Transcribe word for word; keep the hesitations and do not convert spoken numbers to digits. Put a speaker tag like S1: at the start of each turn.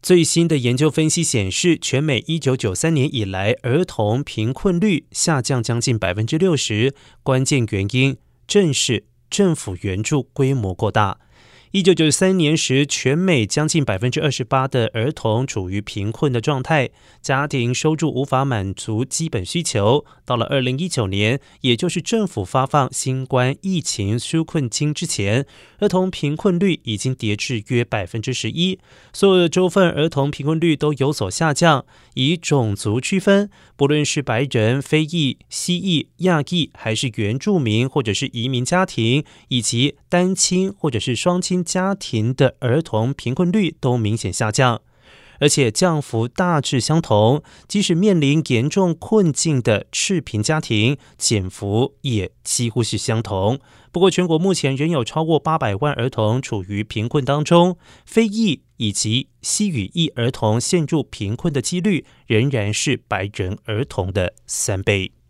S1: 最新的研究分析显示，全美一九九三年以来儿童贫困率下降将近 百分之六十， 关键原因正是政府援助规模过大。一九九三年时，全美将近 百分之二十八 的儿童处于贫困的状态，家庭收入无法满足基本需求。到了二零一九年，也就是政府发放新冠疫情纾困金之前，儿童贫困率已经跌至约 百分之十一。 所有的州份儿童贫困率都有所下降。以种族区分，不论是白人、非裔、西裔、亚裔，还是原住民或者是移民家庭，以及单亲或者是双亲家庭的儿童贫困率都明显下降，而且降幅大致相同。即使面临严重困境的赤贫家庭，减幅也几乎是相同。不过，全国目前仍有超过八百万儿童处于贫困当中，非裔以及西语裔儿童陷入贫困的几率仍然是白人儿童的三倍。